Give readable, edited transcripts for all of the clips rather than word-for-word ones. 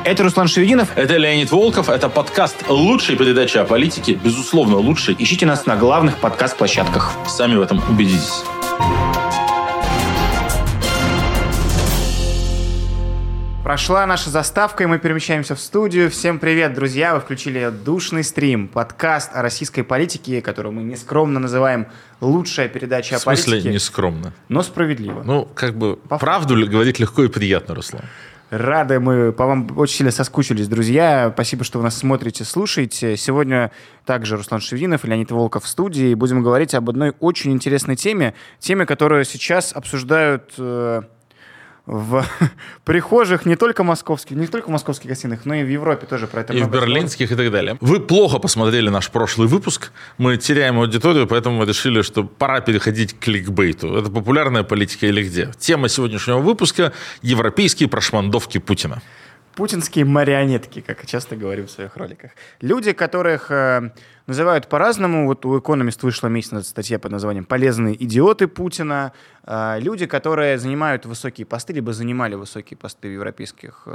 Это Руслан Шевединов. Это Леонид Волков. Это подкаст лучшей передачи о политике. Безусловно, лучшей. Ищите нас на главных подкаст-площадках. Сами в этом убедитесь. Прошла наша заставка, и мы перемещаемся в студию. Всем привет, друзья! Вы включили «Душный стрим», подкаст о российской политике, которую мы нескромно называем «Лучшая передача о политике». В смысле нескромно? Но справедливо. Ну, как бы, правду говорить легко и приятно, Руслан. Рады мы по вам очень сильно соскучились, друзья. Спасибо, что вы нас смотрите, слушаете. Сегодня также Руслан Шевединов и Леонид Волков в студии. Будем говорить об одной очень интересной теме, которую сейчас обсуждают в прихожих не только московских гостиных, но и в Европе тоже про это много. И в берлинских и так далее. Вы плохо посмотрели наш прошлый выпуск. Мы теряем аудиторию, поэтому мы решили, что пора переходить к кликбейту. Это популярная политика или где? Тема сегодняшнего выпуска – европейские прошмандовки Путина. Путинские марионетки, как часто говорим в своих роликах. Люди, которых называют по-разному. Вот у «Экономист» вышла месяц назад статья под названием «Полезные идиоты Путина». Люди, которые занимают высокие посты, либо занимали высокие посты в европейских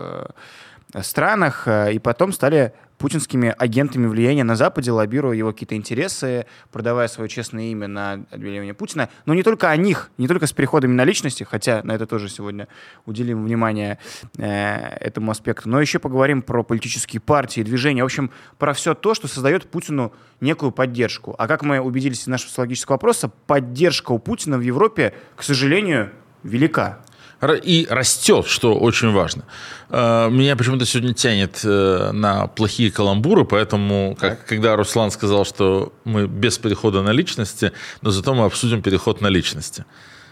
странах, и потом стали путинскими агентами влияния на Западе, лоббируя его какие-то интересы, продавая свое честное имя на отбеливание Путина. Но не только о них, не только с переходами на личности, хотя на это тоже сегодня уделим внимание этому аспекту, но еще поговорим про политические партии, движения, в общем, про все то, что создает Путину некую поддержку. А как мы убедились из нашего социологического опроса, поддержка у Путина в Европе, к сожалению, велика. И растет, что очень важно. Меня почему-то сегодня тянет на плохие каламбуры, поэтому, когда Руслан сказал, что мы без перехода на личности, но зато мы обсудим переход на личности.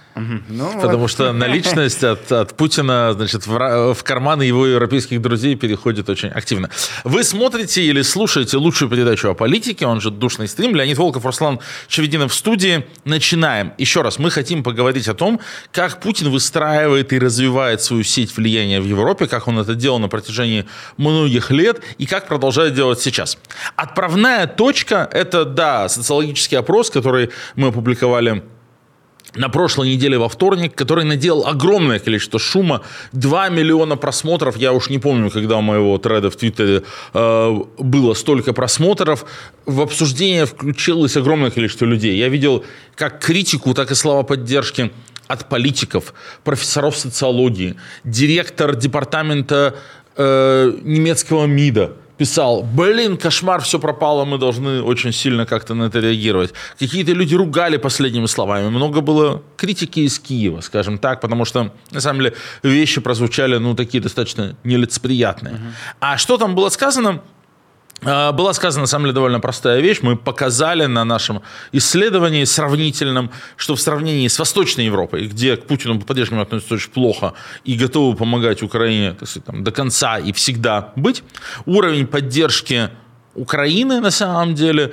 Потому что наличность от Путина, значит, в карманы его европейских друзей переходит очень активно. Вы смотрите или слушаете лучшую передачу о политике, он же «Душный стрим». Леонид Волков, Руслан Шевединов в студии. Начинаем. Еще раз, мы хотим поговорить о том, как Путин выстраивает и развивает свою сеть влияния в Европе, как он это делал на протяжении многих лет и как продолжает делать сейчас. Отправная точка – это, да, социологический опрос, который мы опубликовали на прошлой неделе во вторник, который наделал огромное количество шума. 2 миллиона просмотров. Я уж не помню, когда у моего треда в Твиттере было столько просмотров. В обсуждение включилось огромное количество людей. Я видел как критику, так и слова поддержки от политиков, профессоров социологии, директор департамента немецкого МИДа писал: кошмар, все пропало, мы должны очень сильно как-то на это реагировать. Какие-то люди ругали последними словами. Много было критики из Киева, скажем так, потому что, на самом деле, вещи прозвучали, такие достаточно нелицеприятные. А что там было сказано? Была сказана, на самом деле, довольно простая вещь. Мы показали на нашем исследовании сравнительном, что в сравнении с Восточной Европой, где к Путину по-прежнему относятся очень плохо и готовы помогать Украине, так сказать, до конца и всегда быть, уровень поддержки Украины, на самом деле,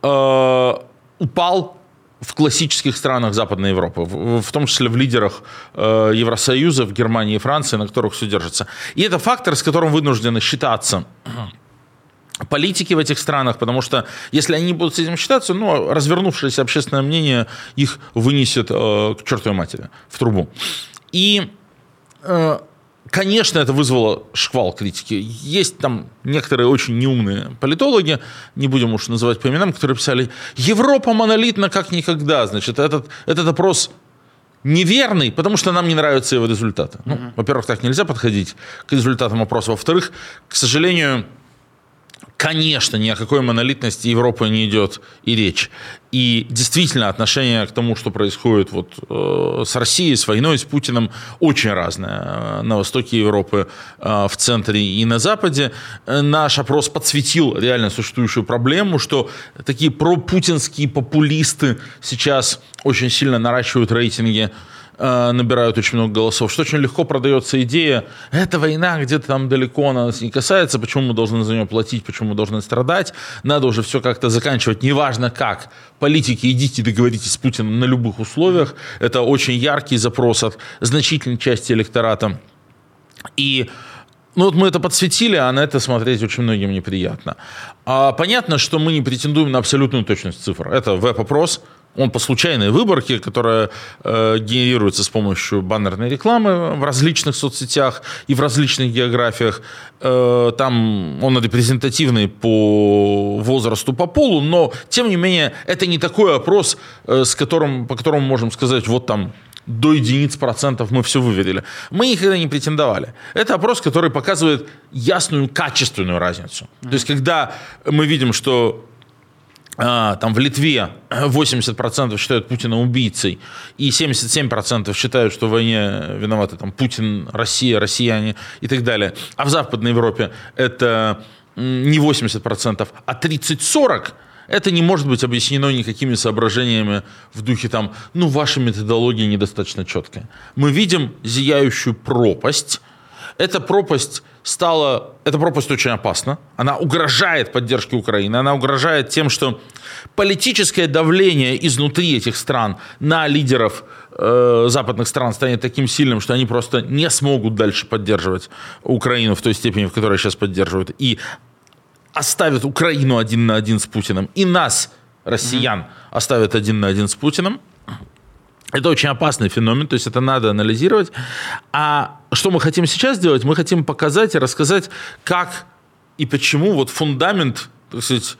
упал в классических странах Западной Европы, в том числе в лидерах Евросоюза, в Германии и Франции, на которых все держится. И это фактор, с которым вынуждены считаться политики в этих странах, потому что если они не будут с этим считаться, развернувшееся общественное мнение их вынесет к чертовой матери, в трубу. И, конечно, это вызвало шквал критики. Есть там некоторые очень неумные политологи, не будем уж называть по именам, которые писали: Европа монолитна как никогда. Значит, этот опрос неверный, потому что нам не нравятся его результаты. Во-первых, так нельзя подходить к результатам опроса. Во-вторых, к сожалению, конечно, ни о какой монолитности Европы не идет и речь. И действительно, отношение к тому, что происходит с Россией, с войной, с Путиным, очень разное на востоке Европы, в центре и на западе. Наш опрос подсветил реально существующую проблему, что такие пропутинские популисты сейчас очень сильно наращивают рейтинги, набирают очень много голосов, что очень легко продается идея: эта война где-то там далеко нас не касается, почему мы должны за нее платить, почему мы должны страдать, надо уже все как-то заканчивать, неважно как. Политики, идите договоритесь с Путиным на любых условиях. Это очень яркий запрос от значительной части электората. И мы это подсветили, а на это смотреть очень многим неприятно. Понятно, что мы не претендуем на абсолютную точность цифр. Это веб-опрос, Он по случайной выборке, которая генерируется с помощью баннерной рекламы в различных соцсетях и в различных географиях. Там он репрезентативный по возрасту, по полу, но, тем не менее, это не такой опрос, по которому можем сказать, вот там до единиц процентов мы все выверили. Мы никогда не претендовали. Это опрос, который показывает ясную, качественную разницу. То есть, когда мы видим, что там в Литве 80% считают Путина убийцей, и 77% считают, что в войне виноваты там, Путин, Россия, россияне и так далее. А в Западной Европе это не 80%, а 30-40%. Это не может быть объяснено никакими соображениями в духе там, ваша методология недостаточно четкая. Мы видим зияющую пропасть. Эта пропасть очень опасна. Она угрожает поддержке Украины. Она угрожает тем, что политическое давление изнутри этих стран на лидеров западных стран станет таким сильным, что они просто не смогут дальше поддерживать Украину в той степени, в которой сейчас поддерживают. И оставят Украину 1 на 1 с Путиным. И нас, россиян, оставят 1 на 1 с Путиным. Это очень опасный феномен, то есть это надо анализировать. А что мы хотим сейчас сделать? Мы хотим показать и рассказать, как и почему вот фундамент, так сказать,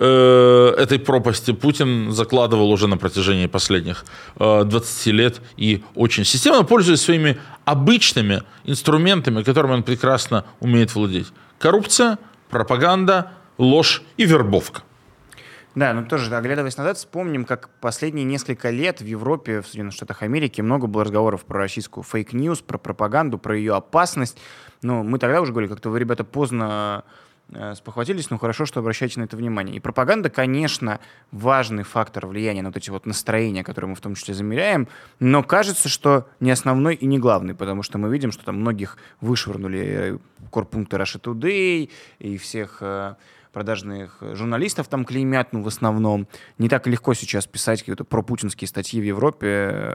этой пропасти Путин закладывал уже на протяжении последних 20 лет и очень системно, пользуясь своими обычными инструментами, которыми он прекрасно умеет владеть. Коррупция, пропаганда, ложь и вербовка. Да, но тоже, оглядываясь назад, вспомним, как последние несколько лет в Европе, в Соединенных Штатах Америки много было разговоров про российскую фейк-ньюс, про пропаганду, про ее опасность. Но мы тогда уже говорили, как-то вы, ребята, поздно спохватились, но хорошо, что обращаете на это внимание. И пропаганда, конечно, важный фактор влияния на вот эти вот настроения, которые мы в том числе замеряем, но кажется, что не основной и не главный, потому что мы видим, что там многих вышвырнули корпункты Russia Today и всех продажных журналистов там клеймят, в основном. Не так легко сейчас писать какие-то пропутинские статьи в Европе.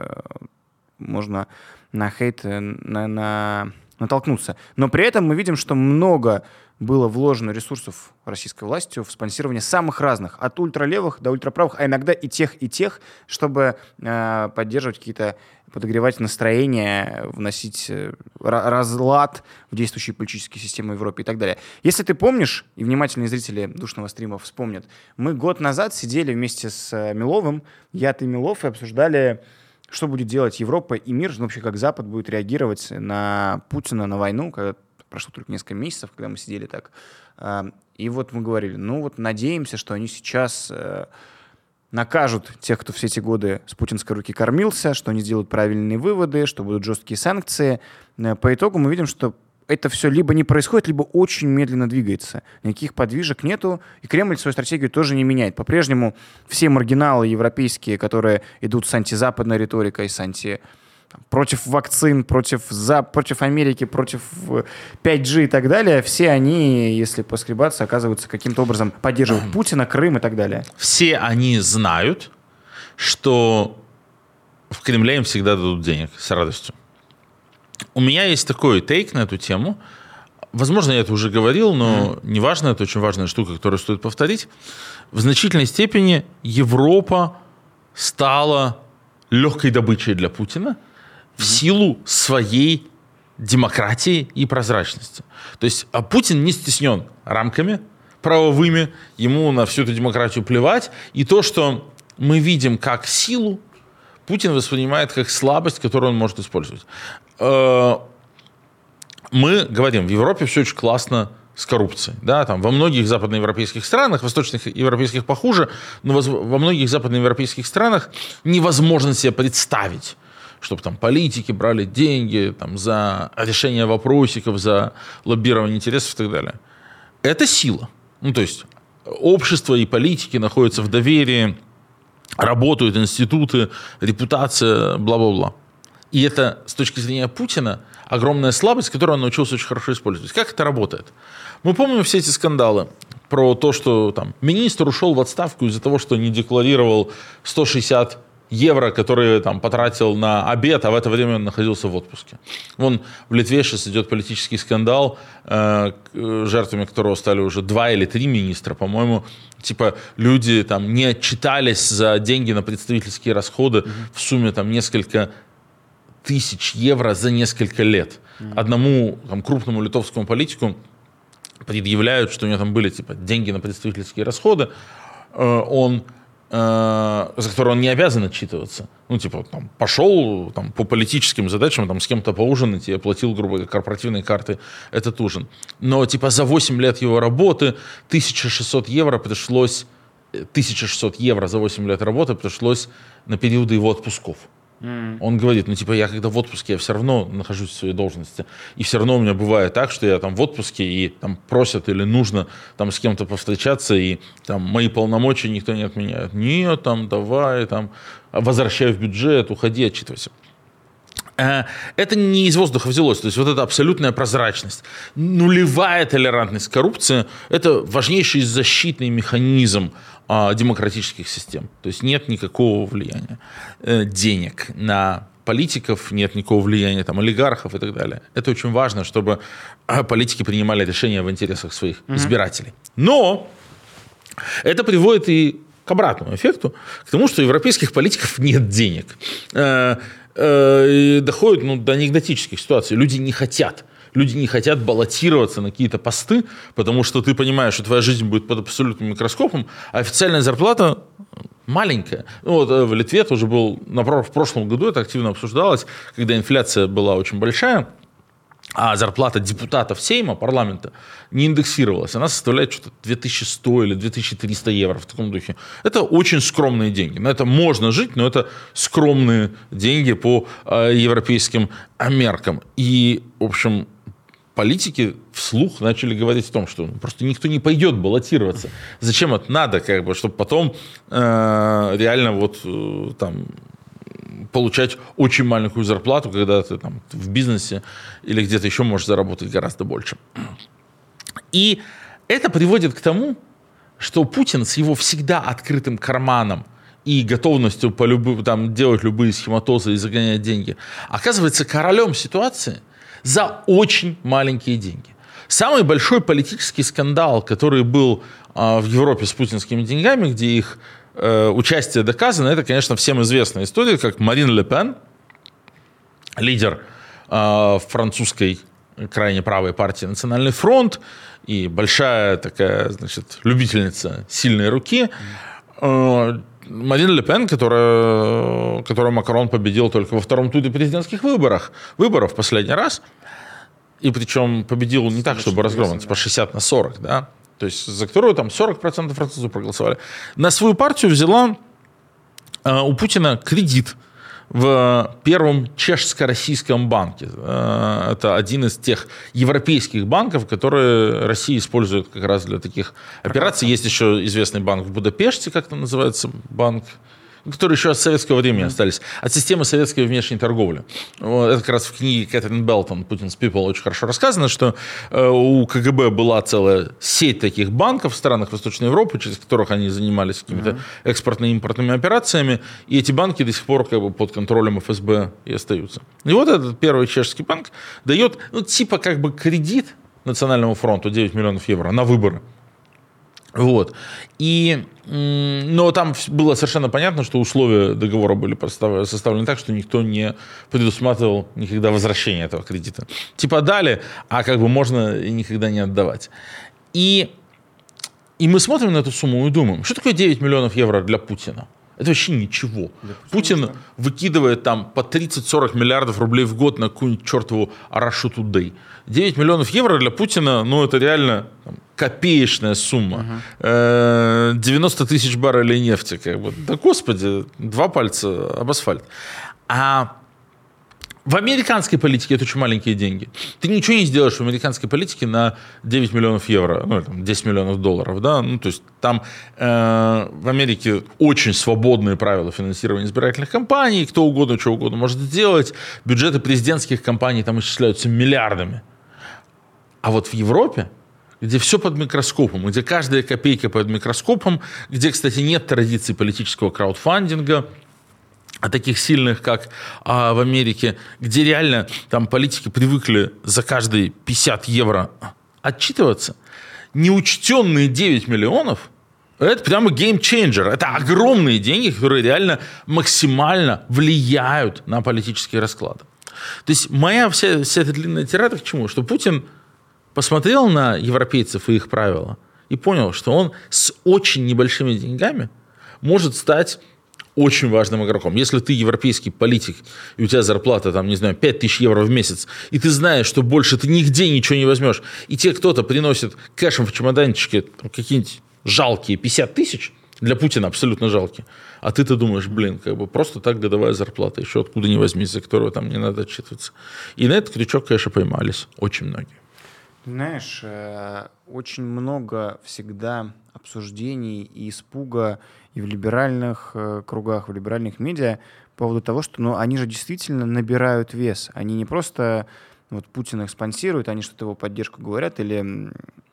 Можно на хейт натолкнуться. Но при этом мы видим, что много было вложено ресурсов российской властью в спонсирование самых разных, от ультралевых до ультраправых, а иногда и тех, чтобы поддерживать какие-то, подогревать настроение, вносить разлад в действующие политические системы в Европе и так далее. Если ты помнишь, и внимательные зрители душного стрима вспомнят, мы год назад сидели вместе с Миловым, я, ты, Милов, и обсуждали, что будет делать Европа и мир, вообще как Запад будет реагировать на Путина, на войну, когда прошло только несколько месяцев, когда мы сидели так. И вот мы говорили, надеемся, что они сейчас накажут тех, кто все эти годы с путинской руки кормился, что они сделают правильные выводы, что будут жесткие санкции. По итогу мы видим, что это все либо не происходит, либо очень медленно двигается. Никаких подвижек нету, и Кремль свою стратегию тоже не меняет. По-прежнему все маргиналы европейские, которые идут с антизападной риторикой, против вакцин, против Америки, против 5G и так далее, все они, если поскребаться, оказываются каким-то образом поддерживают Путина, Крым и так далее. Все они знают, что в Кремле им всегда дадут денег с радостью. У меня есть такой тейк на эту тему. Возможно, я это уже говорил, но неважно, это очень важная штука, которую стоит повторить. В значительной степени Европа стала легкой добычей для Путина в силу своей демократии и прозрачности. То есть Путин не стеснен рамками правовыми, ему на всю эту демократию плевать. И то, что мы видим как силу, Путин воспринимает как слабость, которую он может использовать. Мы говорим, в Европе все очень классно с коррупцией. Да, там, во многих западноевропейских странах, восточных европейских похуже, но во многих западноевропейских странах невозможно себе представить, чтобы там политики брали деньги там, за решение вопросиков, за лоббирование интересов и так далее. Это сила. То есть общество и политики находятся в доверии, работают институты, репутация, бла-бла-бла. И это с точки зрения Путина огромная слабость, которую он научился очень хорошо использовать. Как это работает? Мы помним все эти скандалы про то, что там, министр ушел в отставку из-за того, что не декларировал 160 евро, которые там потратил на обед, а в это время он находился в отпуске. Вон в Литве сейчас идет политический скандал, жертвами которого стали уже 2 или 3 министра, по-моему. Типа люди там не отчитались за деньги на представительские расходы в сумме там несколько тысяч евро за несколько лет. Одному там крупному литовскому политику предъявляют, что у него там были типа деньги на представительские расходы, за которые он не обязан отчитываться. Ну, типа, там, пошел там, по политическим задачам, там, с кем-то поужинать и оплатил, грубо говоря, корпоративной картой этот ужин. Но, типа, за 8 лет его работы 1600 евро за 8 лет работы пришлось на периоды его отпусков. Он говорит, ну, типа, я когда в отпуске, я все равно нахожусь в своей должности. И все равно у меня бывает так, что я там в отпуске, и там просят или нужно там с кем-то повстречаться, и там мои полномочия никто не отменяет. Нет, там, давай, там, возвращай в бюджет, уходи, отчитывайся. Это не из воздуха взялось. То есть вот эта абсолютная прозрачность, нулевая толерантность к коррупции – это важнейший защитный механизм демократических систем. То есть нет никакого влияния денег на политиков, нет никакого влияния там, олигархов и так далее. Это очень важно, чтобы политики принимали решения в интересах своих избирателей. Но это приводит и к обратному эффекту, к тому, что у европейских политиков нет денег. И доходит до анекдотических ситуаций. Люди не хотят баллотироваться на какие-то посты, потому что ты понимаешь, что твоя жизнь будет под абсолютным микроскопом, а официальная зарплата маленькая. Ну, вот в Литве тоже был, в прошлом году это активно обсуждалось, когда инфляция была очень большая, а зарплата депутатов Сейма, парламента, не индексировалась. Она составляет что-то 2100 или 2300 евро в таком духе. Это очень скромные деньги. На это можно жить, но это скромные деньги по европейским меркам. И, в общем, политики вслух начали говорить о том, что просто никто не пойдет баллотироваться. Зачем это надо, чтобы потом реально вот там получать очень маленькую зарплату, когда ты там в бизнесе или где-то еще можешь заработать гораздо больше. И это приводит к тому, что Путин с его всегда открытым карманом и готовностью делать любые схематозы и загонять деньги, оказывается королем ситуации за очень маленькие деньги. Самый большой политический скандал, который был в Европе с путинскими деньгами, где их участие доказано, это, конечно, всем известная история, как Марин Ле Пен, лидер французской крайне правой партии «Национальный фронт» и большая такая, любительница сильной руки. Марин Ле Пен, которую Макрон победил только во втором туре президентских выборов в последний раз, и причем победил не так, чтобы разгромно, типа 60-40, да, то есть за которую там 40% французов проголосовали, на свою партию взяла у Путина кредит в первом чешско-российском банке. Это один из тех европейских банков, которые Россия использует как раз для таких операций. Есть еще известный банк в Будапеште, как это называется, банк, которые еще от советского времени остались, от системы советской внешней торговли. Это как раз в книге Кэтрин Белтон «Putin's People» очень хорошо рассказано, что у КГБ была целая сеть таких банков в странах Восточной Европы, через которых они занимались какими-то экспортно-импортными операциями, и эти банки до сих пор под контролем ФСБ и остаются. И вот этот первый чешский банк дает кредит Национальному фронту 9 миллионов евро на выборы. Вот. Но там было совершенно понятно, что условия договора были составлены так, что никто не предусматривал никогда возвращения этого кредита. Дали, а можно и никогда не отдавать. И мы смотрим на эту сумму и думаем, что такое 9 миллионов евро для Путина? Это вообще ничего. Путин выкидывает там по 30-40 миллиардов рублей в год на какую-нибудь чертову Russia Today. 9 миллионов евро для Путина, это реально копеечная сумма. 90 тысяч баррелей нефти. Да господи, 2 пальца об асфальт. А в американской политике это очень маленькие деньги. Ты ничего не сделаешь в американской политике на 9 миллионов евро, 10 миллионов долларов. Да? То есть там в Америке очень свободные правила финансирования избирательных кампаний, кто угодно, что угодно может сделать. Бюджеты президентских кампаний там исчисляются миллиардами. А вот в Европе, где все под микроскопом, где каждая копейка под микроскопом, где, кстати, нет традиции политического краудфандинга, таких сильных, как в Америке, где реально там политики привыкли за каждые 50 евро отчитываться, неучтенные 9 миллионов – это прямо геймчейнджер. Это огромные деньги, которые реально максимально влияют на политические расклады. То есть моя вся эта длинная тирада к чему? Что Путин посмотрел на европейцев и их правила и понял, что он с очень небольшими деньгами может стать очень важным игроком. Если ты европейский политик, и у тебя зарплата, там, не знаю, 5000 евро в месяц, и ты знаешь, что больше ты нигде ничего не возьмешь, и тебе кто-то приносит кэшем в чемоданчике какие-нибудь жалкие 50 тысяч, для Путина абсолютно жалкие, а ты-то думаешь, блин, как бы просто так годовая зарплата, еще откуда ни возьмись, за которого там не надо отчитываться. И на этот крючок, конечно, поймались очень многие. Знаешь, очень много всегда обсуждений и испуга и в либеральных кругах, в либеральных медиа по поводу того, что они же действительно набирают вес. Они не просто Путин их спонсирует, они что-то его поддержку говорят или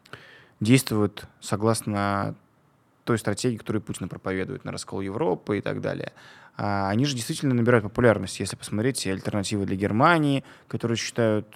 действуют согласно той стратегии, которую Путин проповедует на раскол Европы и так далее. Они же действительно набирают популярность. Если посмотреть альтернативы для Германии, которые считают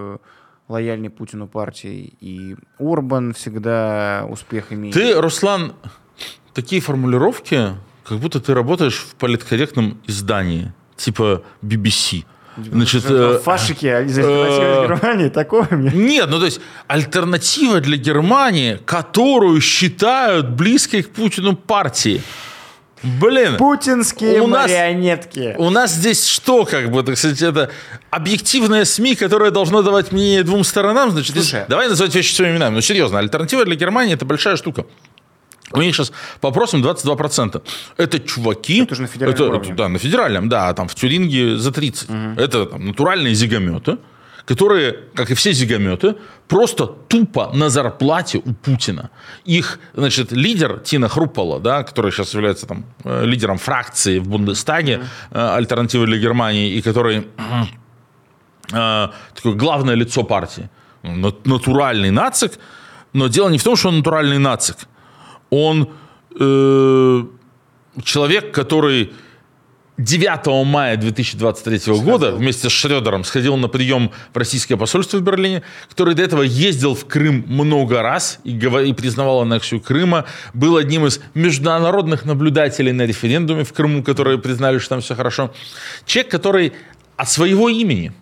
лояльной Путину партией, и Орбан всегда успех имеет. Ты, Руслан, такие формулировки, как будто ты работаешь в политкорректном издании, типа BBC. Значит, фашики из альтернативы для Германии, такого мне? Нет, то есть альтернатива для Германии, которую считают близкой к Путину партией. Блин. Путинские марионетки. У нас здесь что, как бы, так сказать, это объективная СМИ, которая должна давать мнение двум сторонам, значит, давай называть вещи своими именами. Ну, серьезно, альтернатива для Германии – это большая штука. У них сейчас по опросам 22%. Это чуваки... Это уже на федеральном уровне. Да, на федеральном, да, там в Тюринге за 30%. Угу. Это там натуральные зигометы, которые, как и все зигометы, просто тупо на зарплате у Путина. Их, значит, лидер Тина Хруппала, да, который сейчас является там лидером фракции в Бундестаге, альтернативы для Германии, и который такое главное лицо партии, натуральный нацик, но дело не в том, что он натуральный нацик. Он человек, который 9 мая 2023 года вместе с Шрёдером сходил на прием в российское посольство в Берлине, который до этого ездил в Крым много раз и признавал аннексию Крыма, был одним из международных наблюдателей на референдуме в Крыму, которые признали, что там все хорошо. Человек, который от своего имени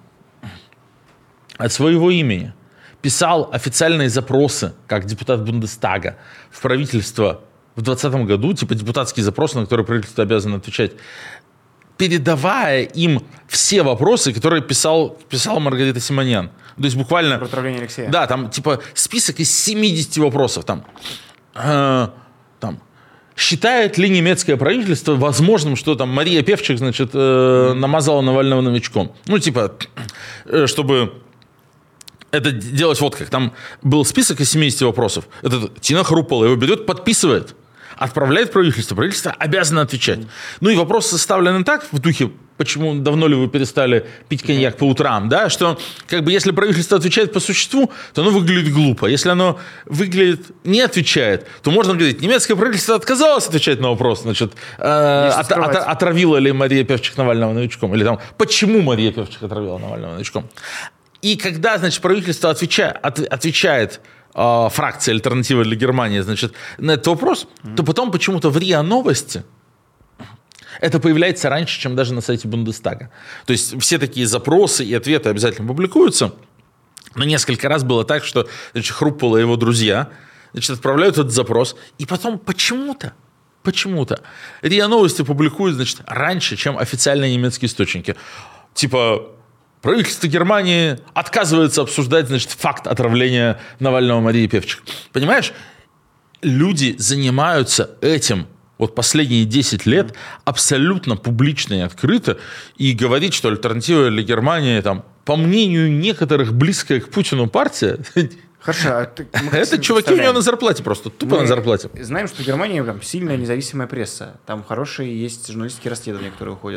писал официальные запросы, как депутат Бундестага, в правительство в 2020 году, типа депутатские запросы, на которые правительство обязано отвечать, передавая им все вопросы, которые писала Маргарита Симоньян. То есть буквально... Про отравление Алексея. Да, там типа список из 70 вопросов. Там считает ли немецкое правительство возможным, что там Мария Певчик, значит, намазала Навального новичком? Ну, типа, чтобы... Это делать вот как. Там был список из 70 вопросов. Этот Тина Хруппала его берет, подписывает, отправляет в правительство. Правительство обязано отвечать. Ну и вопрос составлен так, в духе, почему давно ли вы перестали пить коньяк по утрам, да, что как бы если правительство отвечает по существу, то оно выглядит глупо. Если оно не отвечает, то можно говорить, немецкое правительство отказалось отвечать на вопрос, значит, отравила ли Мария Певчик Навального новичком, или там, почему Мария Певчик отравила Навального новичком. И когда, значит, правительство отвечает фракции «Альтернатива для Германии», значит, на этот вопрос, то потом почему-то в РИА Новости это появляется раньше, чем даже на сайте Бундестага. То есть все такие запросы и ответы обязательно публикуются. Но несколько раз было так, что, значит, Хруппала и его друзья, значит, отправляют этот запрос, и потом почему-то РИА Новости публикуют, значит, раньше, чем официальные немецкие источники. Типа... Правительство Германии отказывается обсуждать, значит, факт отравления Навального Марии Певчик. Понимаешь, люди занимаются этим вот последние 10 лет абсолютно публично и открыто, и говорить, что альтернатива для Германии, там, по мнению некоторых близкая к Путину партия... Хорошо, это чуваки у него на зарплате просто, тупо на зарплате. Знаем, что в Германии там сильная независимая пресса, там хорошие есть журналистские расследования, которые уходят.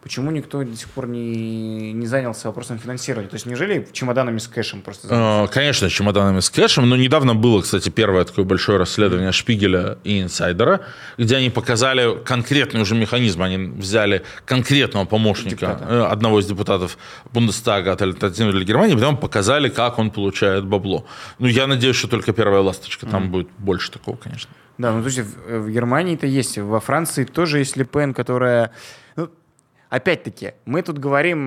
почему никто до сих пор не занялся вопросом финансирования? То есть неужели чемоданами с кэшем просто занялся? Конечно, чемоданами с кэшем, но недавно было, кстати, первое такое большое расследование Шпигеля и Инсайдера, где они показали конкретный уже механизм, они взяли конкретного помощника, одного из депутатов Бундестага от Альтернативной Германии, потом показали, как он получает бабло. Ну, я надеюсь, что только первая ласточка, там будет больше такого, конечно. Да, ну, слушайте, в Германии-то есть, во Франции тоже есть Le Pen, которая... Ну, опять-таки, мы тут говорим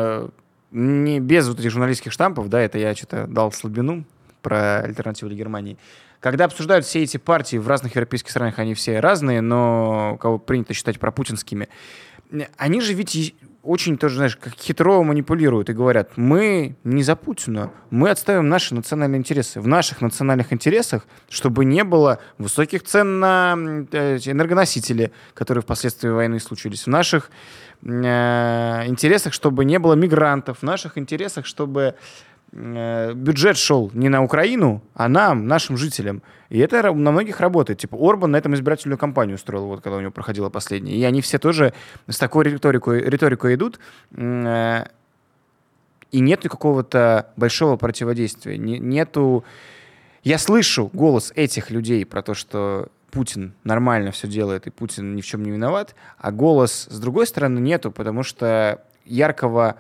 не без вот этих журналистских штампов, да, это я что-то дал слабину про альтернативу для Германии. Когда обсуждают все эти партии в разных европейских странах, они все разные, но кого принято считать пропутинскими, они же ведь очень тоже, знаешь, как хитро манипулируют и говорят, мы не за Путина, мы отставим наши национальные интересы. В наших национальных интересах, чтобы не было высоких цен на энергоносители, которые впоследствии войны случились. В наших интересах, чтобы не было мигрантов. В наших интересах, чтобы бюджет шел не на Украину, а нам, нашим жителям. И это на многих работает. Типа Орбан на этом избирательную кампанию устроил, вот когда у него проходила последняя. И они все тоже с такой риторикой идут. И нет какого-то большого противодействия. Нету... Я слышу голос этих людей про то, что Путин нормально все делает, и Путин ни в чем не виноват, а голос с другой стороны нету, потому что яркого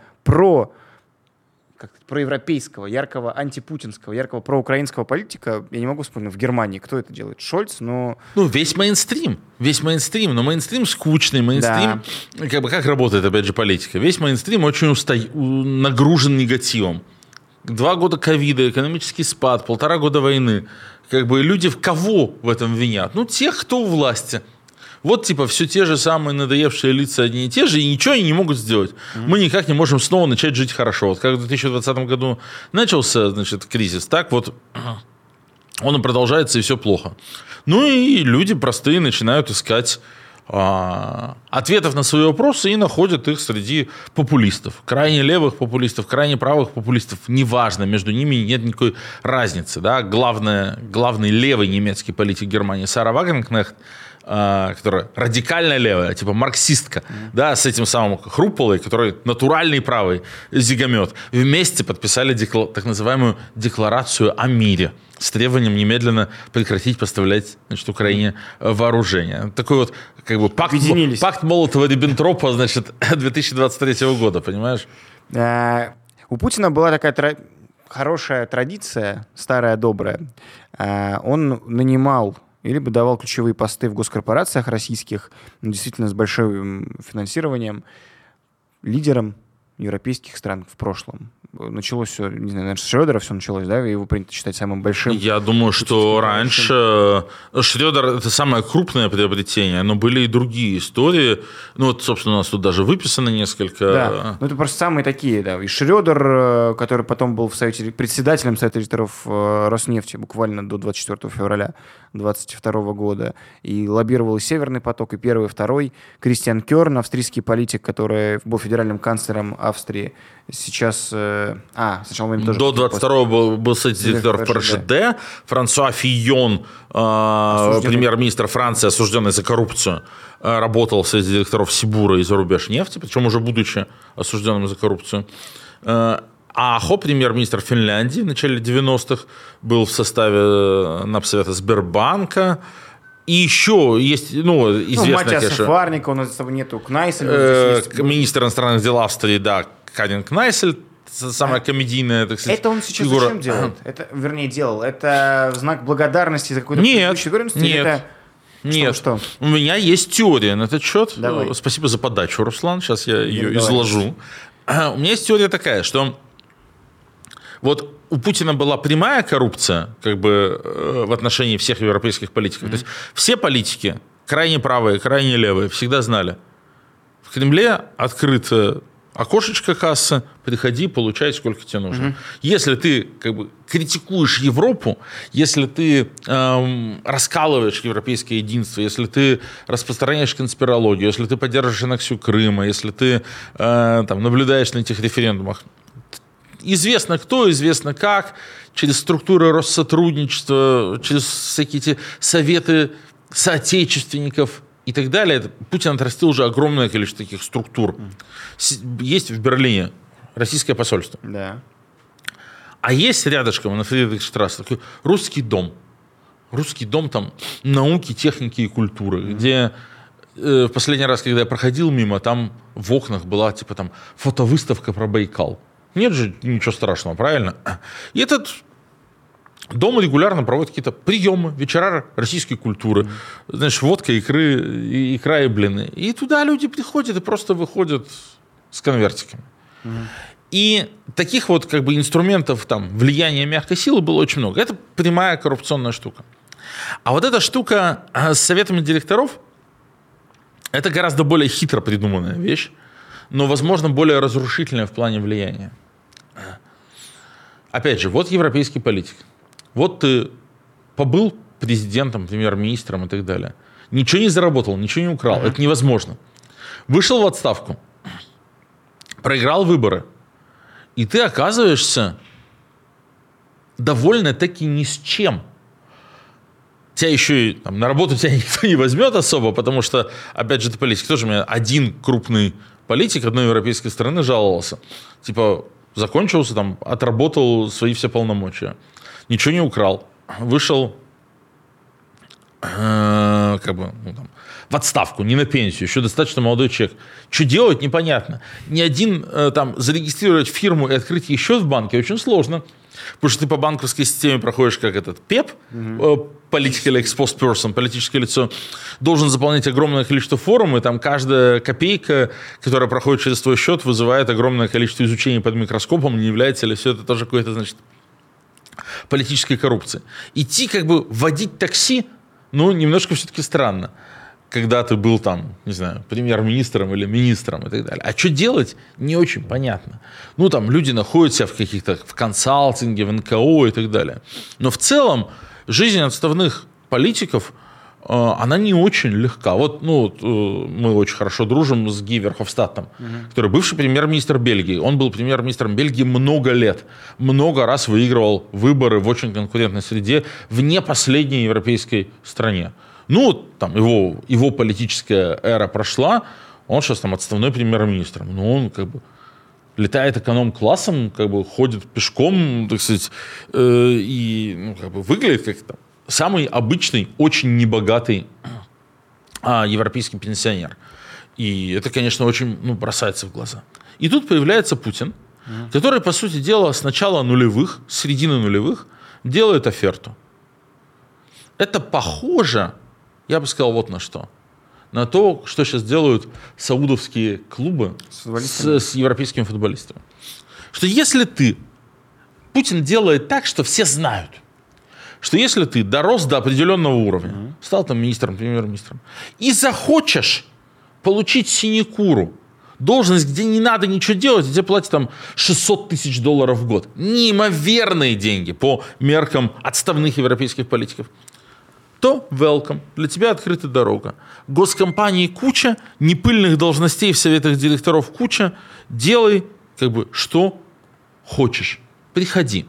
проевропейского, яркого антипутинского, яркого проукраинского политика, я не могу вспомнить, в Германии кто это делает? Шольц, но... Ну, весь мейнстрим, но мейнстрим скучный, мейнстрим, да. Как работает, опять же, политика? Весь мейнстрим очень нагружен негативом. 2 года ковида, экономический спад, 1,5 года войны. Люди в кого в этом винят? Ну, тех, кто у власти. Вот, все те же самые надоевшие лица одни и те же, и ничего они не могут сделать. Мы никак не можем снова начать жить хорошо. Вот как в 2020 году начался, кризис, так вот он и продолжается, и все плохо. Ну, и люди простые начинают искать ответов на свои вопросы и находят их среди популистов. Крайне левых популистов, крайне правых популистов. Неважно, между ними нет никакой разницы. Да? Главный левый немецкий политик Германии Сара Вагенкнехт, которая радикально левая, типа марксистка, да, с этим самым Хрупполой, который натуральный правый зигомет, вместе подписали так называемую декларацию о мире с требованием немедленно прекратить поставлять, Украине вооружение. Такой вот пакт Молотова-Риббентропа, 2023 года, понимаешь? У Путина была такая хорошая традиция, старая, добрая. Он нанимал или бы давал ключевые посты в госкорпорациях российских, действительно с большим финансированием, лидерам европейских стран в прошлом. Началось все, не знаю, наверное, с Шрёдера все началось, да? Его принято считать самым большим. Я думаю, что раньше Шрёдер — это самое крупное приобретение, но были и другие истории. Ну вот, собственно, у нас тут даже выписано несколько. Да, ну это просто самые такие, да. И Шрёдер, который потом был председателем Совета директоров Роснефти буквально до 24 февраля 2022 года, и лоббировал и Северный поток, и первый, и второй. Кристиан Кёрн, австрийский политик, который был федеральным канцлером Австрии, сейчас... сначала тоже... До 22-го был директор ФРЖД. Франсуа Фийон, премьер-министр Франции, осужденный за коррупцию, работал в Совете директоров Сибура и Зарубежнефти, причем уже будучи осужденным за коррупцию. А Хо, премьер-министр Финляндии, в начале 90-х был в составе Напсовета Сбербанка. И еще есть, известная, Матиаса Фарника, у нас с собой нету, Кнайсель. Министр иностранных дел Австрии, да, Карин Кнайсель, самая комедийная, так сказать, это он сейчас фигура. Зачем делает? Делал. Это в знак благодарности за какую-то предыдущую верность? Нет. Что? У меня есть теория на этот счет. Давай. Спасибо за подачу, Руслан. Сейчас я ее изложу. У меня есть теория такая, что вот у Путина была прямая коррупция в отношении всех европейских политиков. То есть все политики, крайне правые, крайне левые, всегда знали. В Кремле открыто окошечко кассы, приходи, получай, сколько тебе нужно. Если ты критикуешь Европу, если ты раскалываешь европейское единство, если ты распространяешь конспирологию, если ты поддерживаешь аннексию Крыма, если ты наблюдаешь на этих референдумах, известно кто, известно как, через структуры Россотрудничества, через всякие эти советы соотечественников и так далее. Путин отрастил уже огромное количество таких структур. Есть в Берлине российское посольство. Да. А есть рядышком на Фридрихштрассе такой русский дом. Русский дом там науки, техники и культуры, где в последний раз, когда я проходил мимо, там в окнах была типа там фотовыставка про Байкал. Нет же ничего страшного, правильно? И этот дом регулярно проводит какие-то приемы, вечера российской культуры. Знаешь, водка, икра и блины. И туда люди приходят и просто выходят с конвертиками. И таких вот как бы инструментов там, влияния мягкой силы было очень много. Это прямая коррупционная штука. А вот эта штука с советами директоров, это гораздо более хитро придуманная вещь, но, возможно, более разрушительная в плане влияния. Опять же, вот европейский политик. Вот ты побыл президентом, премьер-министром и так далее. Ничего не заработал, ничего не украл. Это невозможно. Вышел в отставку, проиграл выборы, и ты оказываешься довольно-таки ни с чем. Тебя еще и там, на работу тебя никто не возьмет особо, потому что, опять же, ты политик. Тоже у меня один крупный политик одной европейской страны жаловался. Типа, закончился, там, отработал свои все полномочия. Ничего не украл. Вышел как бы, ну, там, в отставку, не на пенсию, еще достаточно молодой человек. Что делать, непонятно. Ни один там зарегистрировать фирму и открыть ей счет в банке очень сложно. Потому что ты по банковской системе проходишь как этот ПЕП, Political Exposed Person, политическое лицо, должен заполнять огромное количество форм, и там каждая копейка, которая проходит через твой счет, вызывает огромное количество изучений под микроскопом, не является ли все это тоже какой-то, значит, политической коррупцией. Идти как бы водить такси, ну, немножко все-таки странно, когда ты был там, не знаю, премьер-министром или министром и так далее. А что делать, не очень понятно. Ну, там люди находятся в каких-то, в консалтинге, в НКО и так далее. Но в целом жизнь отставных политиков, она не очень легка. Вот, ну, мы очень хорошо дружим с Ги Верховстаттом, который бывший премьер-министр Бельгии. Он был премьер-министром Бельгии много лет. Много раз выигрывал выборы в очень конкурентной среде в не последней европейской стране. Ну, там его политическая эра прошла, он сейчас там отставной премьер-министр. Ну, он как бы летает эконом-классом, как бы ходит пешком, так сказать, и ну, как бы выглядит как там самый обычный, очень небогатый европейский пенсионер. И это, конечно, очень бросается в глаза. И тут появляется Путин, который, по сути дела, с начала нулевых, с середины нулевых, делает оферту. Это похоже, я бы сказал, вот на что. На то, что сейчас делают саудовские клубы с европейскими футболистами. Что если Путин делает так, что все знают, что если ты дорос до определенного уровня, стал там министром, премьер-министром, и захочешь получить синекуру, должность, где не надо ничего делать, где платят там $600 тысяч в год, неимоверные деньги по меркам отставных европейских политиков, то welcome, для тебя открыта дорога. Госкомпании куча, непыльных должностей в советах директоров куча, делай как бы что хочешь, приходи.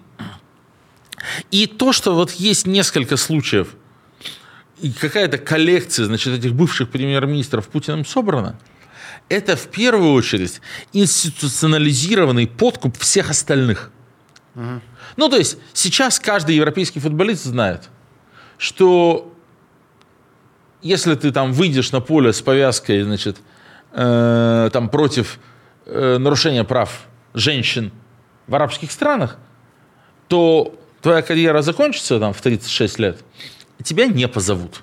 И то, что вот есть несколько случаев, и какая-то коллекция, значит, этих бывших премьер-министров Путиным собрана, это в первую очередь институционализированный подкуп всех остальных. Ну, то есть сейчас каждый европейский футболист знает, что если ты там выйдешь на поле с повязкой, значит, там против нарушения прав женщин в арабских странах, то твоя карьера закончится там в 36 лет, и тебя не позовут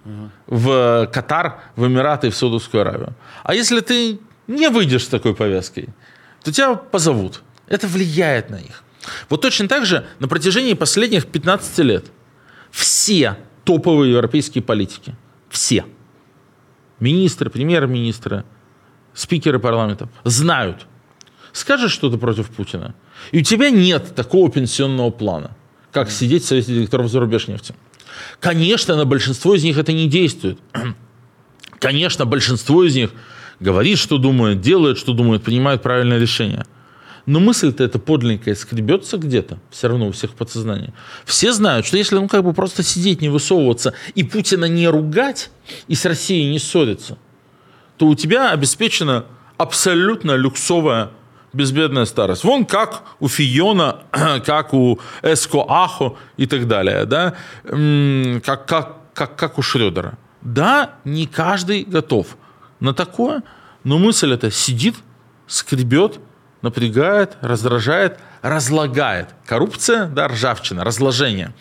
в Катар, в Эмираты и в Саудовскую Аравию. А если ты не выйдешь с такой повязкой, то тебя позовут. Это влияет на них. Вот точно так же на протяжении последних 15 лет все топовые европейские политики, все, министры, премьер-министры, спикеры парламентов, знают, скажешь что-то против Путина, и у тебя нет такого пенсионного плана, как сидеть в совете директоров Зарубежнефти. Конечно, на большинство из них это не действует. Конечно, большинство из них говорит, что думает, делает, что думает, принимает правильное решение. Но мысль-то эта подлинная скребется где-то, все равно у всех в подсознании. Все знают, что если просто сидеть, не высовываться, и Путина не ругать, и с Россией не ссориться, то у тебя обеспечена абсолютно люксовая безбедная старость. Вон как у Фиона, как у Эско Ахо и так далее, да? Как у Шрёдера. Да, не каждый готов на такое, но мысль эта сидит, скребет, напрягает, раздражает, разлагает. Коррупция, да, ржавчина, разложение.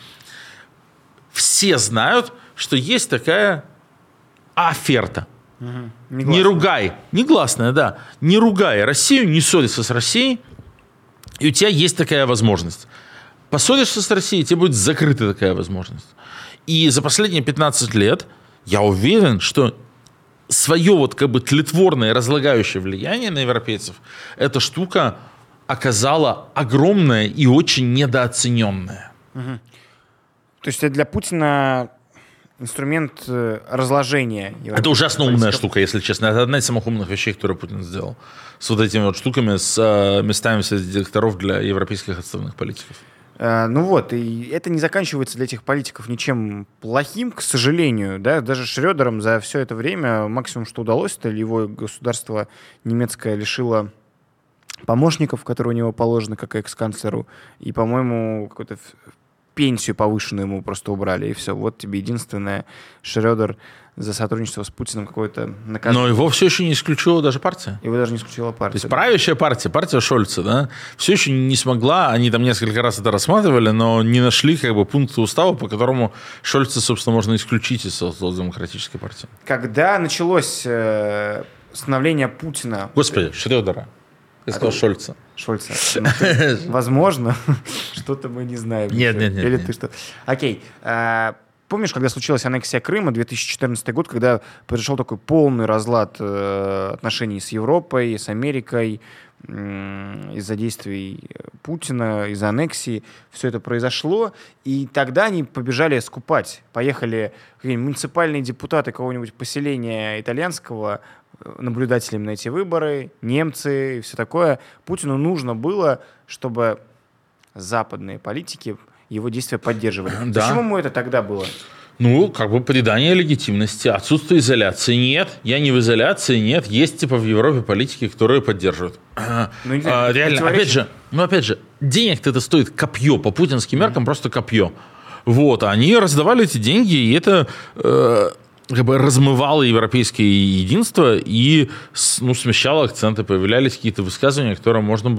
Все знают, что есть такая оферта. Не ругай, негласная, да, не ругай Россию, не ссорься с Россией, и у тебя есть такая возможность. Поссоришься с Россией, тебе будет закрыта такая возможность. И за последние 15 лет я уверен, что свое тлетворное, разлагающее влияние на европейцев эта штука оказала огромное и очень недооцененное. Угу. То есть это для Путина инструмент разложения. Это ужасно умная штука, если честно. Это одна из самых умных вещей, которые Путин сделал. С этими штуками, с местами среди директоров для европейских отставных политиков. И это не заканчивается для этих политиков ничем плохим, к сожалению. Да? Даже Шрёдером за все это время максимум, что удалось, это его государство немецкое лишило помощников, которые у него положены, как экс-канцлеру, и, по-моему, какую-то пенсию повышенную ему просто убрали, и все. Вот тебе единственное, Шрёдер за сотрудничество с Путиным какое-то наказание. Но его все еще не исключила даже партия. Его даже не исключила партия. То есть правящая партия Шольца, да, все еще не смогла, они там несколько раз это рассматривали, но не нашли пункта устава, по которому Шольца, собственно, можно исключить из социал-демократической партии. Когда началось становление Путина... Господи, Шрёдера. Я сказал Шольца. Шольца. Возможно. Что-то мы не знаем. Нет. Или ты что? Окей. Помнишь, когда случилась аннексия Крыма, 2014 год, когда произошел такой полный разлад отношений с Европой, с Америкой, из-за действий Путина, из-за аннексии, все это произошло, и тогда они побежали скупать. Поехали муниципальные депутаты какого-нибудь поселения итальянского наблюдателями на эти выборы, немцы и все такое. Путину нужно было, чтобы западные политики его действия поддерживали. Да. Почему ему это тогда было? Придание легитимности, отсутствие изоляции. Нет, я не в изоляции, нет. Есть в Европе политики, которые поддерживают. Реально, опять же, денег-то это стоит копье, по путинским меркам просто копье. Они раздавали эти деньги, и это размывало европейское единство и смещало акценты. Появлялись какие-то высказывания, которые можно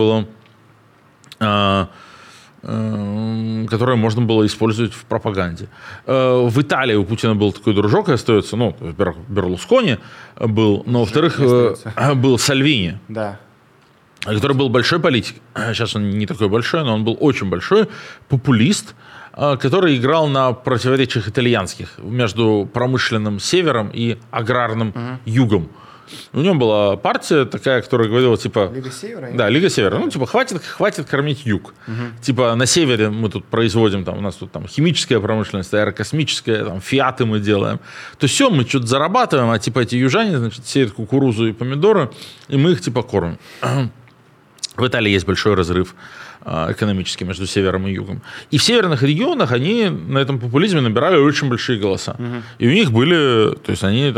было использовать в пропаганде. В Италии у Путина был такой дружок, и остается, во-первых, Берлускони был, но, во-вторых, был Сальвини, да, который был большой политик. Сейчас он не такой большой, но он был очень большой популист, который играл на противоречиях итальянских между промышленным севером и аграрным югом. У него была партия такая, которая говорила, Лига Севера? Да, Лига Севера. Хватит кормить юг. На севере мы тут производим, у нас тут химическая промышленность, аэрокосмическая, фиаты мы делаем. То есть все, мы что-то зарабатываем, а эти южане, сеют кукурузу и помидоры, и мы их кормим. В Италии есть большой разрыв экономический между севером и югом. И в северных регионах они на этом популизме набирали очень большие голоса. И у них были, то есть они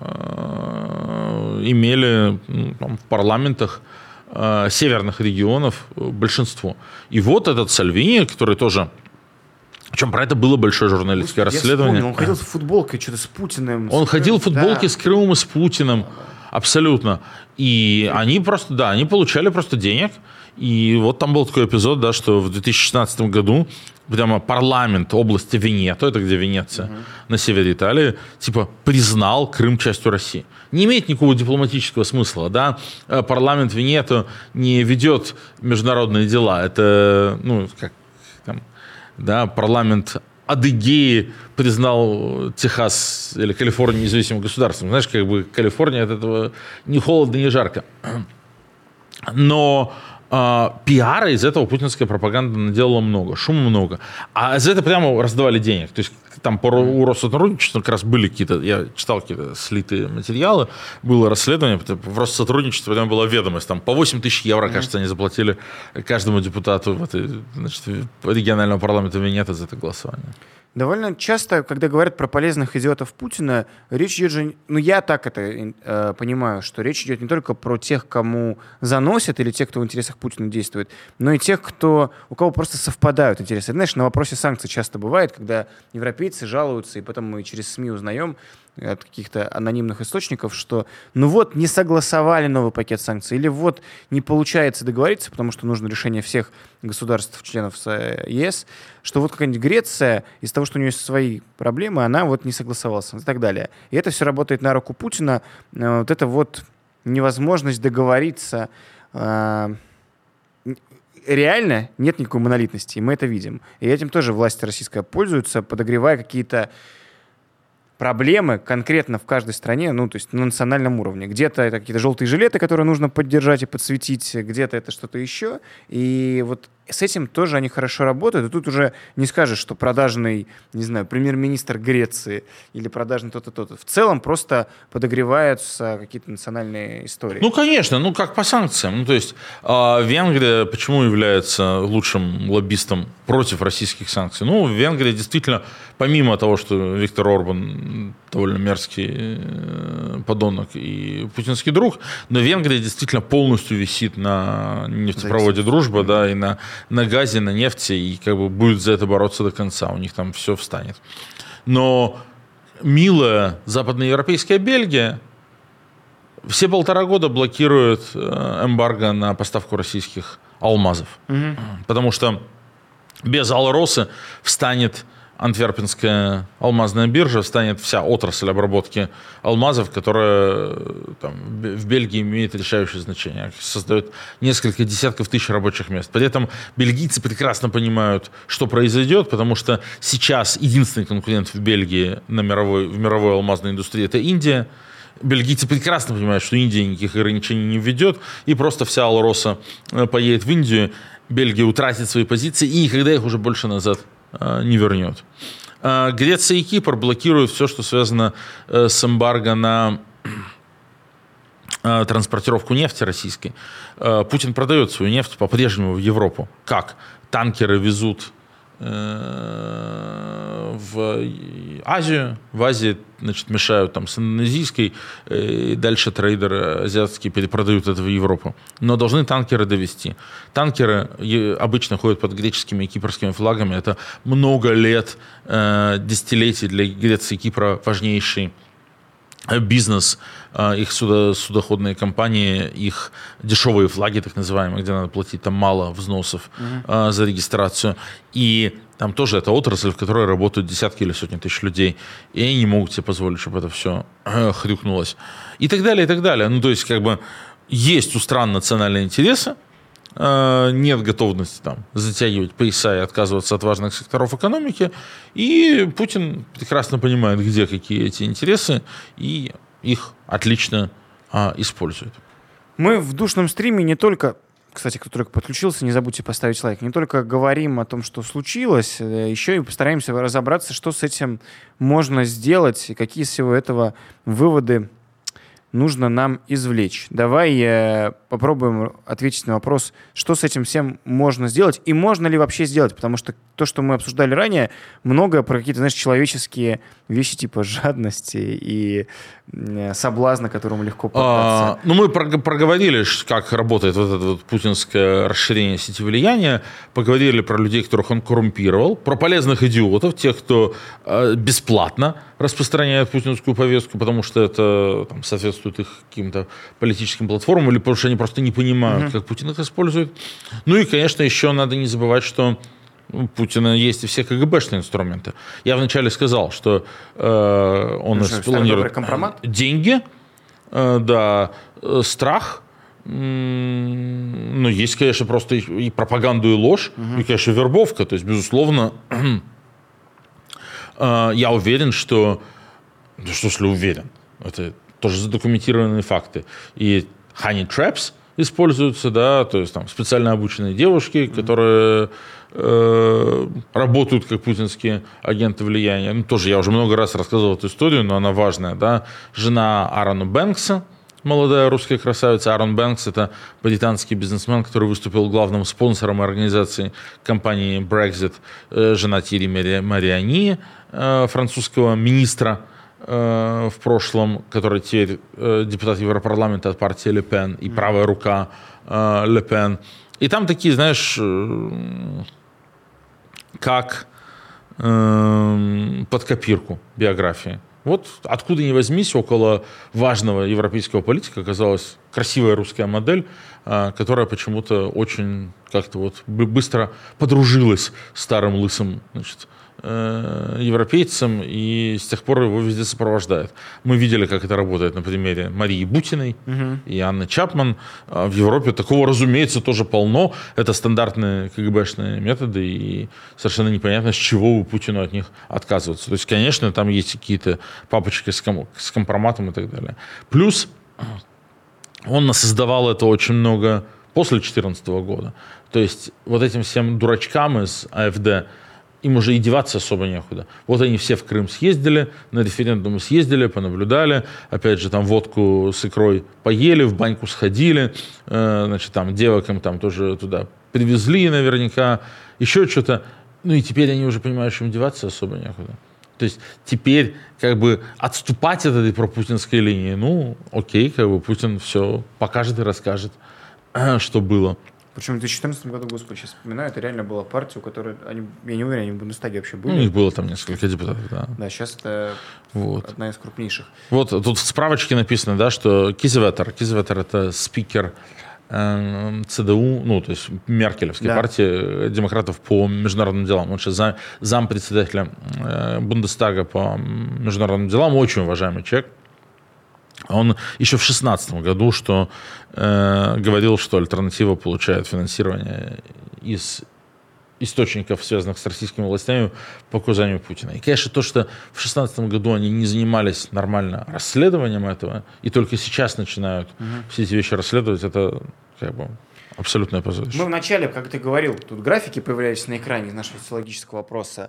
имели в парламентах северных регионов большинство. И этот Сальвини, который тоже... Причем про это было большое журналистское расследование. Он ходил с футболкой что-то с Путиным. Он ходил в футболке с Крымом и с Путиным. Абсолютно. И они они получали просто денег. И там был такой эпизод, что в 2016 году прямо парламент области Венето, это где Венеция, на севере Италии, признал Крым частью России. Не имеет никакого дипломатического смысла, да? Парламент Венето не ведет международные дела. Это, парламент Адыгеи признал Техас или Калифорнию независимым государством. Знаешь, Калифорния от этого ни холодно, ни жарко. Но пиара из этого путинская пропаганда наделала много, шума много. А за это прямо раздавали денег. То есть там у Россотрудничества как раз были какие-то, я читал какие-то слитые материалы, было расследование, в Россотрудничестве там была ведомость, там по 8 тысяч евро, кажется, они заплатили каждому депутату регионального парламента Венета за это голосование. Довольно часто, когда говорят про полезных идиотов Путина, речь идет же... Ну, я так это понимаю, что речь идет не только про тех, кому заносят, или тех, кто в интересах Путина действует, но и тех, у кого просто совпадают интересы. Знаешь, на вопросе санкций часто бывает, когда европейцы жалуются, и потом мы через СМИ узнаем от каких-то анонимных источников, что ну вот не согласовали новый пакет санкций, или вот не получается договориться, потому что нужно решение всех государств-членов ЕС, что вот какая-нибудь Греция из-за того, что у нее есть свои проблемы, она вот не согласовалась и так далее. И это все работает на руку Путина. Вот это вот невозможность договориться. Реально нет никакой монолитности, и мы это видим. И этим тоже власти российская пользуются, подогревая какие-то проблемы конкретно в каждой стране, ну, то есть на национальном уровне. Где-то это какие-то желтые жилеты, которые нужно поддержать и подсветить, где-то это что-то еще. И вот с этим тоже они хорошо работают. И тут уже не скажешь, что продажный, не знаю, премьер-министр Греции или продажный то-то, то-то. В целом просто подогреваются какие-то национальные истории. Ну, конечно, ну, как по санкциям. Ну, то есть Венгрия почему является лучшим лоббистом против российских санкций? Ну, Венгрия действительно, помимо того, что Виктор Орбан довольно мерзкий подонок и путинский друг, но Венгрия действительно полностью висит на нефтепроводе «Дружба», да, и на газе, на нефти, и как бы будет за это бороться до конца. У них там все встанет. Но милая западноевропейская Бельгия все 1,5 года блокирует эмбарго на поставку российских алмазов. Угу. Потому что без Алросы встанет Антверпенская алмазная биржа, встанет вся отрасль обработки алмазов, которая там, в Бельгии имеет решающее значение, создает несколько десятков тысяч рабочих мест. При этом бельгийцы прекрасно понимают, что произойдет, потому что сейчас единственный конкурент в Бельгии в мировой алмазной индустрии – это Индия. Бельгийцы прекрасно понимают, что Индия никаких ограничений не введет, и просто вся Алроса поедет в Индию, Бельгия утратит свои позиции и никогда их уже больше назад не вернет. Греция и Кипр блокируют все, что связано с эмбарго на транспортировку нефти российской. Путин продает свою нефть по-прежнему в Европу. Как? Танкеры везут в Азию. В Азии, значит, мешают там с индонезийской, и дальше трейдеры азиатские перепродают это в Европу. Но должны танкеры довести. Танкеры обычно ходят под греческими и кипрскими флагами. Это много лет, десятилетий для Греции и Кипра важнейший бизнес, их судоходные компании, их дешевые флаги, так называемые, где надо платить там мало взносов за регистрацию. И там тоже это отрасль, в которой работают десятки или сотни тысяч людей. И они не могут себе позволить, чтобы это все хрюкнулось. И так далее, и так далее. Ну, то есть, как бы, есть у стран национальные интересы, нет готовности там затягивать пояса и отказываться от важных секторов экономики. И Путин прекрасно понимает, где какие эти интересы, и их отлично использует. Мы в душном стриме не только, кстати, кто только подключился, не забудьте поставить лайк, не только говорим о том, что случилось, еще и постараемся разобраться, что с этим можно сделать и какие из всего этого выводы нужно нам извлечь. Давай попробуем ответить на вопрос, что с этим всем можно сделать и можно ли вообще сделать, потому что то, что мы обсуждали ранее, многое про какие-то, знаешь, человеческие вещи типа жадности и соблазна, которому легко поддаться. Ну, мы проговорили, как работает вот это вот путинское расширение сети влияния, поговорили про людей, которых он коррумпировал, про полезных идиотов, тех, кто бесплатно распространяет путинскую повестку, потому что это там, соответствует их каким-то политическим платформам, или потому что они просто не понимают, как Путин их использует. Ну и, конечно, еще надо не забывать, что у Путина есть и все КГБшные инструменты. Я вначале сказал, что он планирует деньги, да, страх, ну, есть, конечно, просто и пропаганду, и ложь, и, конечно, вербовка. То есть, безусловно, я уверен, что... Ну, что ж ли уверен? Это тоже задокументированные факты. И honey traps, используются, да, то есть там специально обученные девушки, которые работают как путинские агенты влияния. Ну, тоже я уже много раз рассказывал эту историю, но она важная, да. Жена Аарона Бэнкса, молодая русская красавица. Аарон Бэнкс – это британский бизнесмен, который выступил главным спонсором организации компании Brexit. Жена Тьерри Мариани, французского министра в прошлом, который теперь депутат Европарламента от партии Ле Пен и правая рука Ле Пен. И там такие, знаешь, как под копирку биографии. Вот откуда ни возьмись, около важного европейского политика оказалась красивая русская модель, которая почему-то очень как-то вот быстро подружилась с старым лысым, значит, европейцем, и с тех пор его везде сопровождает. Мы видели, как это работает на примере Марии Бутиной и Анны Чапман. В Европе такого, разумеется, тоже полно. Это стандартные КГБшные методы, и совершенно непонятно, с чего бы Путину от них отказываться. То есть, конечно, там есть какие-то папочки с компроматом и так далее. Плюс он создавал это очень много после 2014 года. То есть вот этим всем дурачкам из АФД им уже и деваться особо некуда. Вот они все в Крым съездили, на референдумы съездили, понаблюдали, опять же, там водку с икрой поели, в баньку сходили, значит, там девок им там тоже туда привезли наверняка, еще что-то. Ну и теперь они уже понимают, что им деваться особо некуда. То есть теперь как бы отступать от этой пропутинской линии, ну, окей, как бы Путин все покажет и расскажет, что было. Причем в 2014 году, господи, сейчас вспоминаю, это реально была партия, у которой, я не уверен, они в Бундестаге вообще были. У них было там несколько депутатов, да. Да, сейчас это одна из крупнейших. Вот тут в справочке написано, да, что Кизеветер это спикер ЦДУ, ну, то есть Меркелевской партии демократов по международным делам. Он сейчас зампредседателя Бундестага по международным делам, очень уважаемый человек. Он еще в 2016 году говорил, что альтернатива получает финансирование из источников, связанных с российскими властями, по указанию Путина. И, конечно, то, что в 2016 году они не занимались нормально расследованием этого, и только сейчас начинают все эти вещи расследовать, это как бы абсолютное позорище. Мы вначале, как ты говорил, тут графики появлялись на экране нашего социологического опроса.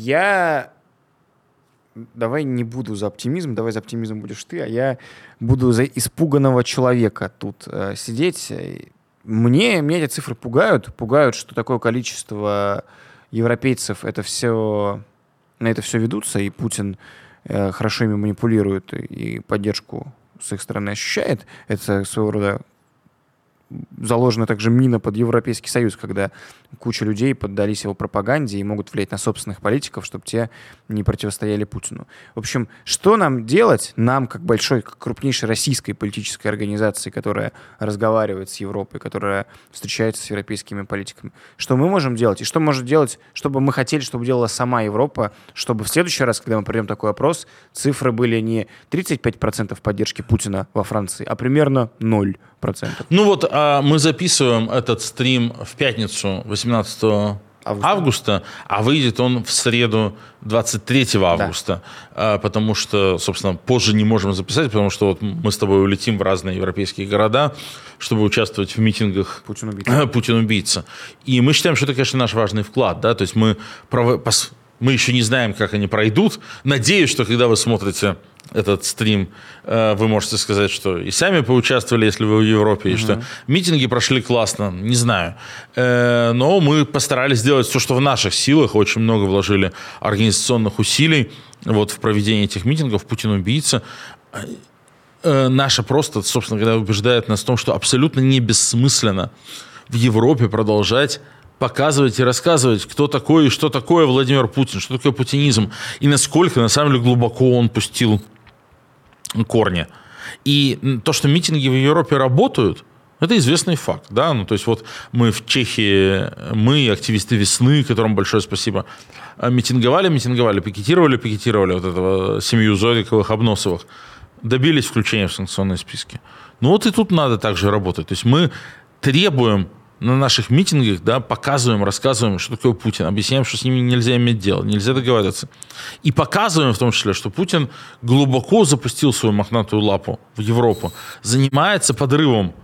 Давай не буду за оптимизм, давай за оптимизм будешь ты, а я буду за испуганного человека тут сидеть. Меня эти цифры пугают, что такое количество европейцев на это все ведутся, и Путин хорошо ими манипулирует и поддержку с их стороны ощущает. Это своего рода заложена также мина под Европейский Союз, когда куча людей поддались его пропаганде и могут влиять на собственных политиков, чтобы те не противостояли Путину. В общем, что нам делать, нам, как крупнейшей российской политической организации, которая разговаривает с Европой, которая встречается с европейскими политиками, что мы можем делать, и что может делать, чтобы мы хотели, чтобы делала сама Европа, чтобы в следующий раз, когда мы проведем такой опрос, цифры были не 35% поддержки Путина во Франции, а примерно 0%. Ну вот, мы записываем этот стрим в пятницу 18 августа, а выйдет он в среду 23 августа, потому что, собственно, позже не можем записать, потому что вот мы с тобой улетим в разные европейские города, чтобы участвовать в митингах Путин-убийца. И мы считаем, что это, конечно, наш важный вклад, да, то есть мы еще не знаем, как они пройдут. Надеюсь, что когда вы смотрите этот стрим, вы можете сказать, что и сами поучаствовали, если вы в Европе, и что митинги прошли классно, не знаю. Но мы постарались сделать все, что в наших силах, очень много вложили организационных усилий вот, в проведении этих митингов. Путин-убийца. Наша просто, собственно говоря, убеждает нас в том, что абсолютно не бессмысленно в Европе продолжать показывать и рассказывать, кто такой и что такое Владимир Путин, что такое путинизм, и насколько, на самом деле, глубоко он пустил корни. И то, что митинги в Европе работают, это известный факт. Да? Ну, то есть вот мы в Чехии, мы, активисты «Весны», которым большое спасибо, митинговали, пикетировали вот этого семью Зориковых, Обносовых, добились включения в санкционные списки. Ну вот и тут надо также работать. То есть мы требуем на наших митингах, да, показываем, рассказываем, что такое Путин, объясняем, что с ними нельзя иметь дело, нельзя договариваться. И показываем в том числе, что Путин глубоко запустил свою мохнатую лапу в Европу, занимается подрывом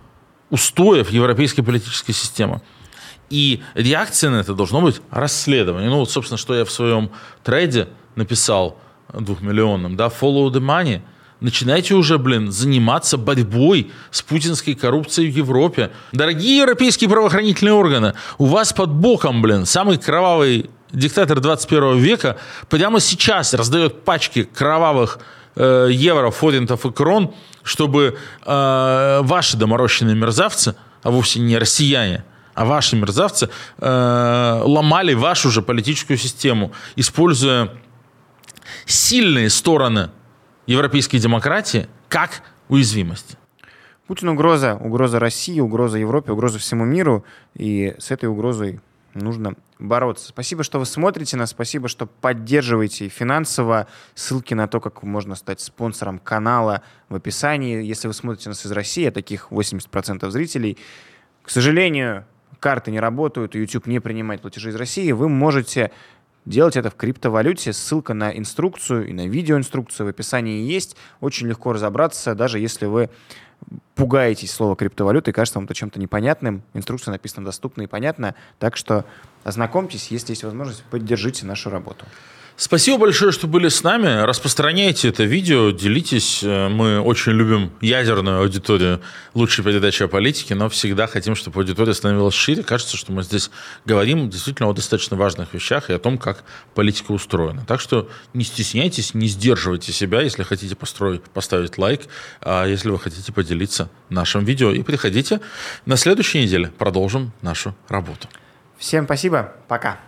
устоев европейской политической системы. И реакция на это должно быть расследование. Ну вот, собственно, что я в своем трейде написал 2-миллионном, да, follow the money. Начинайте уже, заниматься борьбой с путинской коррупцией в Европе. Дорогие европейские правоохранительные органы, у вас под боком, самый кровавый диктатор 21 века прямо сейчас раздает пачки кровавых евро, форинтов и крон, чтобы ваши доморощенные мерзавцы, а вовсе не россияне, а ваши мерзавцы ломали вашу же политическую систему, используя сильные стороны европейской демократии как уязвимость. Путин угроза России, угроза Европе, угроза всему миру, и с этой угрозой нужно бороться. Спасибо, что вы смотрите нас, спасибо, что поддерживаете финансово. Ссылки на то, как можно стать спонсором канала, в описании. Если вы смотрите нас из России, а таких 80% зрителей, к сожалению, карты не работают, и YouTube не принимает платежи из России, вы можете делать это в криптовалюте. Ссылка на инструкцию и на видеоинструкцию в описании есть. Очень легко разобраться, даже если вы пугаетесь слова криптовалюта и кажется вам это чем-то непонятным. Инструкция написана доступно и понятно. Так что ознакомьтесь, если есть возможность, поддержите нашу работу. Спасибо большое, что были с нами. Распространяйте это видео, делитесь. Мы очень любим ядерную аудиторию лучшей передачи о политике, но всегда хотим, чтобы аудитория становилась шире. Кажется, что мы здесь говорим действительно о достаточно важных вещах и о том, как политика устроена. Так что не стесняйтесь, не сдерживайте себя, если хотите поставить лайк, а если вы хотите поделиться нашим видео. И приходите на следующей неделе, продолжим нашу работу. Всем спасибо, пока.